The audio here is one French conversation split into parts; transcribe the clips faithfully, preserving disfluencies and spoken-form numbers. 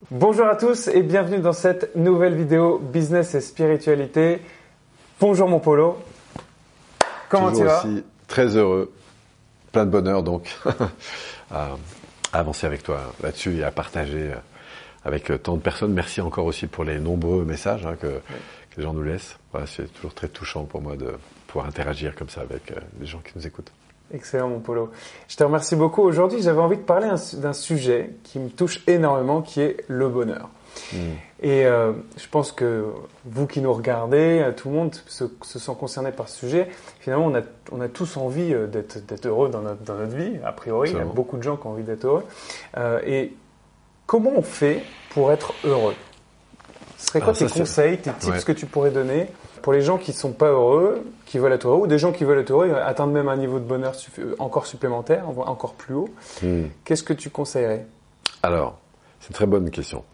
Bonjour à tous et bienvenue dans cette nouvelle vidéo Business et Spiritualité. Bonjour mon Polo, comment Toujours tu vas? aussi très heureux, plein de bonheur donc à, à avancer avec toi là-dessus et à partager avec tant de personnes. Merci encore aussi pour les nombreux messages hein, que, oui. que les gens nous laissent. Voilà, c'est toujours très touchant pour moi de pouvoir interagir comme ça avec euh, les gens qui nous écoutent. Excellent mon Polo. Je te remercie beaucoup. Aujourd'hui, j'avais envie de parler d'un sujet qui me touche énormément, qui est le bonheur. Mmh. Et euh, je pense que vous qui nous regardez, tout le monde se, se sent concerné par ce sujet. Finalement, on a, on a tous envie d'être heureux dans notre, dans notre vie, a priori. Il y a beaucoup de gens qui ont envie d'être heureux. Euh, et comment on fait pour être heureux? Ce serait quoi ah, tes ça, conseils, tes tips ouais. que tu pourrais donner pour les gens qui ne sont pas heureux, qui veulent être heureux, ou des gens qui veulent être heureux, atteindre même un niveau de bonheur encore supplémentaire, encore plus haut? mmh. Qu'est-ce que tu conseillerais? Alors, c'est une très bonne question.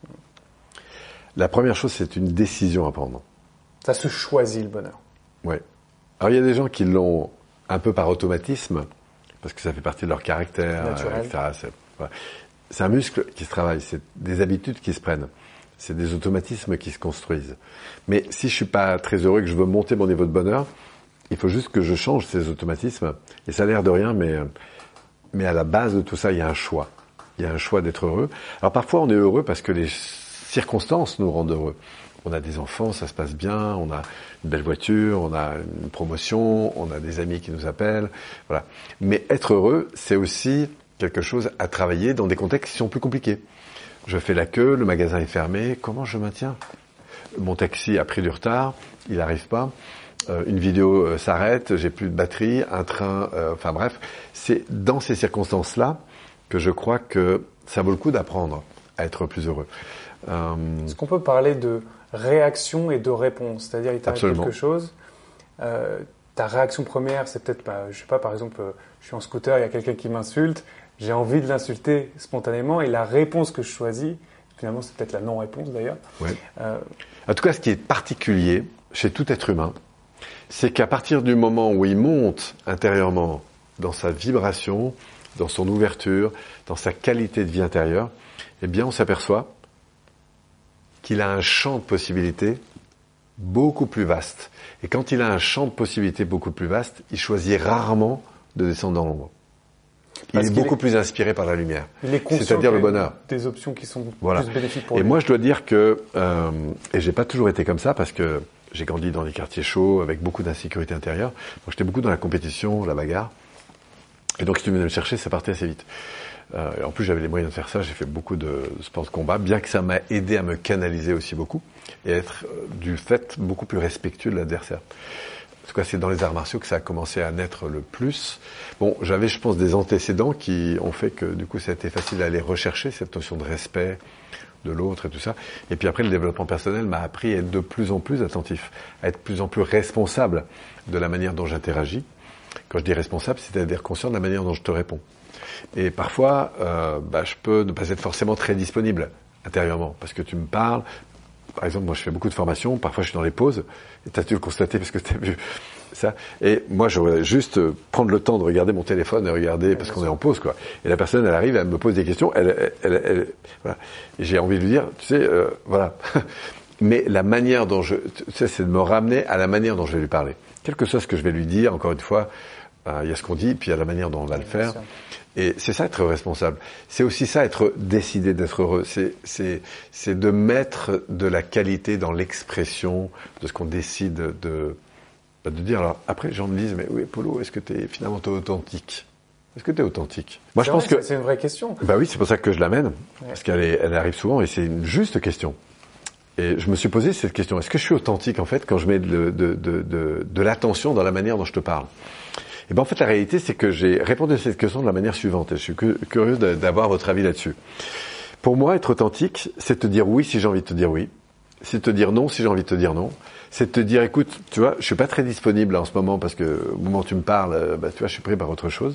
La première chose, c'est une décision à prendre. Ça se choisit le bonheur. Oui. Alors, il y a des gens qui l'ont un peu par automatisme, parce que ça fait partie de leur caractère, naturel. et cetera. C'est, voilà. c'est un muscle qui se travaille, c'est des habitudes qui se prennent. C'est des automatismes qui se construisent. Mais si je suis pas très heureux et que je veux monter mon niveau de bonheur, il faut juste que je change ces automatismes. Et ça a l'air de rien, mais, mais à la base de tout ça, il y a un choix. Il y a un choix d'être heureux. Alors parfois, on est heureux parce que les circonstances nous rendent heureux. On a des enfants, ça se passe bien, on a une belle voiture, on a une promotion, on a des amis qui nous appellent. Voilà. Mais être heureux, c'est aussi quelque chose à travailler dans des contextes qui sont plus compliqués. Je fais la queue, le magasin est fermé, comment je maintiens? Mon taxi a pris du retard, il n'arrive pas, euh, une vidéo euh, s'arrête, j'ai plus de batterie, un train, euh, enfin bref, c'est dans ces circonstances-là que je crois que ça vaut le coup d'apprendre à être plus heureux. Euh... Est-ce qu'on peut parler de réaction et de réponse? C'est-à-dire, il t'arrive quelque chose, euh, ta réaction première, c'est peut-être, bah, je sais pas, par exemple, euh, je suis en scooter, il y a quelqu'un qui m'insulte, j'ai envie de l'insulter spontanément et la réponse que je choisis, finalement c'est peut-être la non-réponse d'ailleurs. Ouais. Euh... En tout cas, ce qui est particulier chez tout être humain, c'est qu'à partir du moment où il monte intérieurement dans sa vibration, dans son ouverture, dans sa qualité de vie intérieure, eh bien on s'aperçoit qu'il a un champ de possibilités beaucoup plus vaste. Et quand il a un champ de possibilités beaucoup plus vaste, il choisit rarement de descendre dans l'ombre. Il Parce est beaucoup est, plus inspiré par la lumière, c'est-à-dire le bonheur. Des options qui sont voilà. plus bénéfiques pour et lui. Et moi, je dois dire que, euh, et j'ai pas toujours été comme ça, parce que j'ai grandi dans des quartiers chauds, avec beaucoup d'insécurité intérieure. Donc j'étais beaucoup dans la compétition, la bagarre. Et donc si tu venais me chercher, ça partait assez vite. Euh, et en plus, j'avais les moyens de faire ça. J'ai fait beaucoup de sports de combat, bien que ça m'a aidé à me canaliser aussi beaucoup et à être, euh, du fait, beaucoup plus respectueux de l'adversaire. En tout cas, c'est dans les arts martiaux que ça a commencé à naître le plus. Bon, j'avais, je pense, des antécédents qui ont fait que, du coup, ça a été facile d'aller rechercher cette notion de respect de l'autre et tout ça. Et puis après, le développement personnel m'a appris à être de plus en plus attentif, à être de plus en plus responsable de la manière dont j'interagis. Quand je dis responsable, c'est-à-dire conscient de la manière dont je te réponds. Et parfois, euh, bah, je peux ne pas être forcément très disponible intérieurement, parce que tu me parles. Par exemple, moi, je fais beaucoup de formations. Parfois, je suis dans les pauses. Et tu as dû le constater parce que tu as vu ça. Et moi, je voudrais juste prendre le temps de regarder mon téléphone et regarder, parce qu'on est en pause, quoi. Et la personne, elle arrive, elle me pose des questions. Elle, elle, elle, elle voilà. Et j'ai envie de lui dire, tu sais, euh, voilà. Mais la manière dont je, tu sais, c'est de me ramener à la manière dont je vais lui parler. Quel que soit ce que je vais lui dire, encore une fois, euh, il y a ce qu'on dit, puis il y a la manière dont on va le faire. Et c'est ça être responsable. C'est aussi ça être décidé d'être heureux. C'est, c'est, c'est de mettre de la qualité dans l'expression de ce qu'on décide de, de dire. Alors après, les gens me disent, mais oui, Polo, est-ce que t'es finalement t'es authentique? Est-ce que t'es authentique? Moi, je pense vrai, que c'est une vraie question. Bah oui, c'est pour ça que je l'amène, ouais. Parce qu'elle est, elle arrive souvent et c'est une juste question. Et je me suis posé cette question. Est-ce que je suis authentique en fait quand je mets de, de, de, de, de l'attention dans la manière dont je te parle? Et ben en fait, la réalité, c'est que j'ai répondu à cette question de la manière suivante. Et je suis curieux d'avoir votre avis là-dessus. Pour moi, être authentique, c'est te dire oui si j'ai envie de te dire oui. C'est te dire non si j'ai envie de te dire non. C'est de te dire, écoute, tu vois, je suis pas très disponible en ce moment parce que au moment où tu me parles, bah, tu vois, je suis pris par autre chose.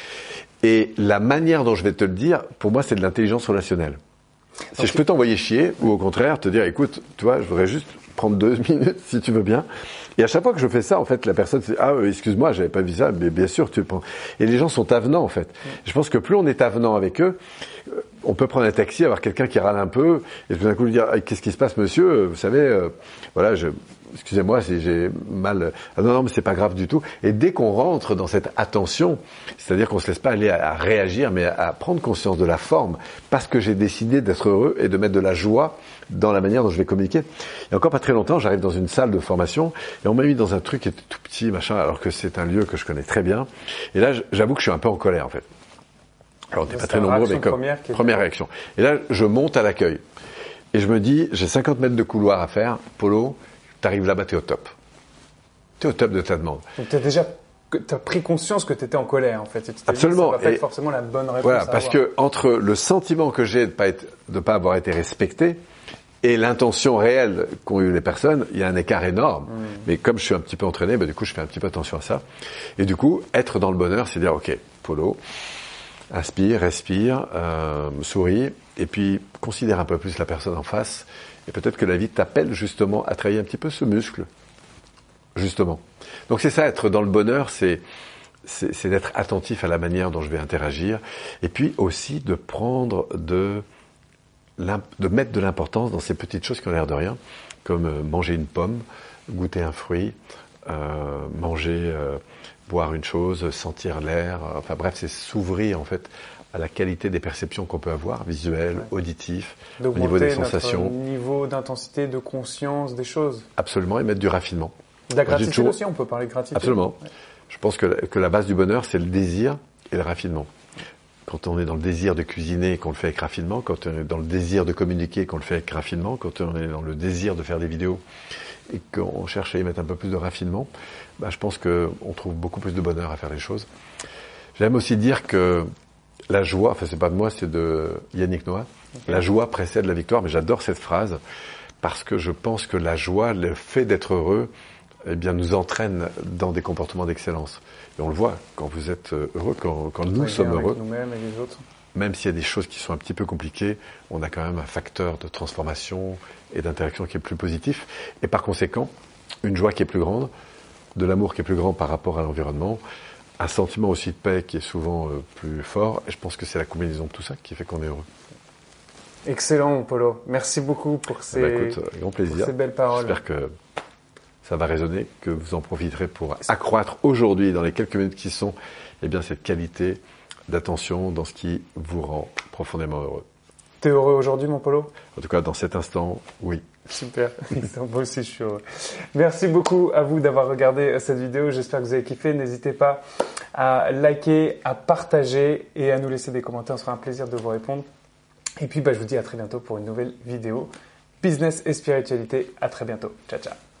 Et la manière dont je vais te le dire, pour moi, c'est de l'intelligence relationnelle. Si okay. je peux t'envoyer chier, ou au contraire, te dire, écoute, tu vois, je voudrais juste prendre deux minutes si tu veux bien. Et à chaque fois que je fais ça, en fait, la personne dit, ah, excuse-moi, j'avais pas vu ça, mais bien sûr, tu le prends. Et les gens sont avenants, en fait. Je pense que plus on est avenant avec eux, on peut prendre un taxi, avoir quelqu'un qui râle un peu, et tout d'un coup lui dire, qu'est-ce qui se passe, monsieur? Vous savez, euh, voilà, je, excusez-moi si j'ai mal. Ah non, non, mais c'est pas grave du tout. Et dès qu'on rentre dans cette attention, c'est-à-dire qu'on se laisse pas aller à, à réagir, mais à, à prendre conscience de la forme, parce que j'ai décidé d'être heureux et de mettre de la joie dans la manière dont je vais communiquer. Il y a encore pas très longtemps, j'arrive dans une salle de formation et on m'a mis dans un truc qui était tout petit, machin, alors que c'est un lieu que je connais très bien. Et là, j'avoue que je suis un peu en colère, en fait. Alors, on n'est pas très nombreux, mais comme première, première réaction. Et là, je monte à l'accueil. Et je me dis, j'ai cinquante mètres de couloir à faire. Polo, t'arrives là-bas, t'es au top. T'es au top de ta demande. Donc, t'as déjà, t'as pris conscience que t'étais en colère, en fait. Et tu t'es Absolument. Dit, ça va pas et être forcément la bonne réponse. Voilà, à parce avoir. que entre le sentiment que j'ai de pas être, de pas avoir été respecté, et l'intention réelle qu'ont eu les personnes, il y a un écart énorme. Mmh. Mais comme je suis un petit peu entraîné, bah, du coup, je fais un petit peu attention à ça. Et du coup, être dans le bonheur, c'est dire, OK, Polo, inspire, respire, euh, souris, et puis considère un peu plus la personne en face. Et peut-être que la vie t'appelle justement à travailler un petit peu ce muscle. Justement. Donc c'est ça, être dans le bonheur, c'est, c'est, c'est d'être attentif à la manière dont je vais interagir. Et puis aussi de prendre de... de mettre de l'importance dans ces petites choses qui ont l'air de rien, comme euh, manger une pomme, goûter un fruit, euh, manger, euh, boire une chose, sentir l'air, euh, enfin bref, c'est s'ouvrir en fait à la qualité des perceptions qu'on peut avoir, visuelles, ouais. auditives, au niveau des sensations. Notre niveau d'intensité, de conscience, des choses. Absolument, et mettre du raffinement. De la gratitude toujours... aussi, on peut parler de gratitude. Absolument. Ouais. Je pense que la, que la base du bonheur, c'est le désir et le raffinement. Quand on est dans le désir de cuisiner, qu'on le fait avec raffinement, quand on est dans le désir de communiquer, qu'on le fait avec raffinement, quand on est dans le désir de faire des vidéos et qu'on cherche à y mettre un peu plus de raffinement, bah, je pense qu'on trouve beaucoup plus de bonheur à faire les choses. J'aime aussi dire que la joie, enfin c'est pas de moi, c'est de Yannick Noah, okay. La joie précède la victoire, mais j'adore cette phrase parce que je pense que la joie, le fait d'être heureux, eh bien, nous entraîne dans des comportements d'excellence. Et on le voit, quand vous êtes heureux, quand, quand nous sommes heureux, nous-mêmes et les autres. Même s'il y a des choses qui sont un petit peu compliquées, on a quand même un facteur de transformation et d'interaction qui est plus positif. Et par conséquent, une joie qui est plus grande, de l'amour qui est plus grand par rapport à l'environnement, un sentiment aussi de paix qui est souvent euh, plus fort. Et je pense que c'est la combinaison de tout ça qui fait qu'on est heureux. Excellent, Polo. Merci beaucoup pour ces, bah, écoute, grand plaisir. pour ces belles paroles. J'espère que ça va résonner, que vous en profiterez pour accroître aujourd'hui, dans les quelques minutes qui sont, eh bien, cette qualité d'attention dans ce qui vous rend profondément heureux. T'es heureux aujourd'hui, mon Polo? En tout cas, dans cet instant, oui. Super. Moi aussi, je suis heureux. Merci beaucoup à vous d'avoir regardé cette vidéo. J'espère que vous avez kiffé. N'hésitez pas à liker, à partager et à nous laisser des commentaires. Ce sera un plaisir de vous répondre. Et puis, bah, je vous dis à très bientôt pour une nouvelle vidéo. Business et spiritualité. À très bientôt. Ciao, ciao.